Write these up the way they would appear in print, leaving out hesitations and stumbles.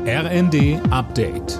RND Update.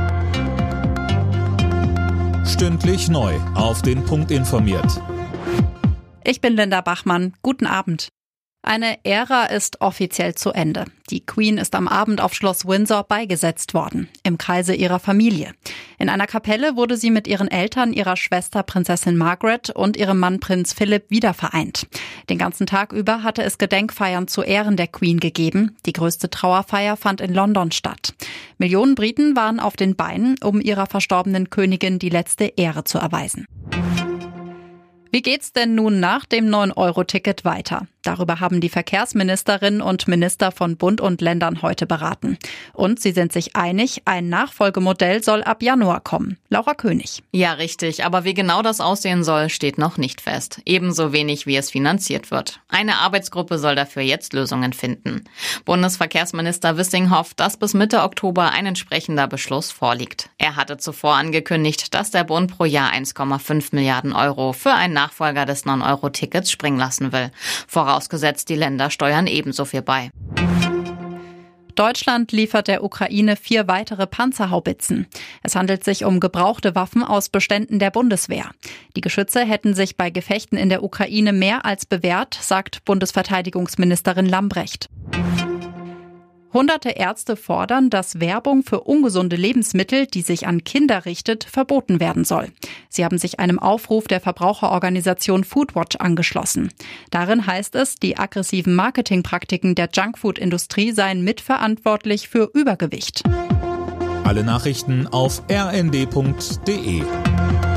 Stündlich neu auf den Punkt informiert. Ich bin Linda Bachmann. Guten Abend. Eine Ära ist offiziell zu Ende. Die Queen ist am Abend auf Schloss Windsor beigesetzt worden, im Kreise ihrer Familie. In einer Kapelle wurde sie mit ihren Eltern, ihrer Schwester Prinzessin Margaret und ihrem Mann Prinz Philipp wiedervereint. Den ganzen Tag über hatte es Gedenkfeiern zu Ehren der Queen gegeben. Die größte Trauerfeier fand in London statt. Millionen Briten waren auf den Beinen, um ihrer verstorbenen Königin die letzte Ehre zu erweisen. Wie geht's denn nun nach dem 9-Euro-Ticket weiter? Darüber haben die Verkehrsministerinnen und Minister von Bund und Ländern heute beraten. Und sie sind sich einig, ein Nachfolgemodell soll ab Januar kommen. Laura König. Ja, richtig. Aber wie genau das aussehen soll, steht noch nicht fest. Ebenso wenig, wie es finanziert wird. Eine Arbeitsgruppe soll dafür jetzt Lösungen finden. Bundesverkehrsminister Wissing hofft, dass bis Mitte Oktober ein entsprechender Beschluss vorliegt. Er hatte zuvor angekündigt, dass der Bund pro Jahr 1,5 Milliarden Euro für einen Nachfolger des 9-Euro-Tickets springen lassen will. Vorausgesetzt, die Länder steuern ebenso viel bei. Deutschland liefert der Ukraine 4 weitere Panzerhaubitzen. Es handelt sich um gebrauchte Waffen aus Beständen der Bundeswehr. Die Geschütze hätten sich bei Gefechten in der Ukraine mehr als bewährt, sagt Bundesverteidigungsministerin Lambrecht. Hunderte Ärzte fordern, dass Werbung für ungesunde Lebensmittel, die sich an Kinder richtet, verboten werden soll. Sie haben sich einem Aufruf der Verbraucherorganisation Foodwatch angeschlossen. Darin heißt es, die aggressiven Marketingpraktiken der Junkfood-Industrie seien mitverantwortlich für Übergewicht. Alle Nachrichten auf rnd.de.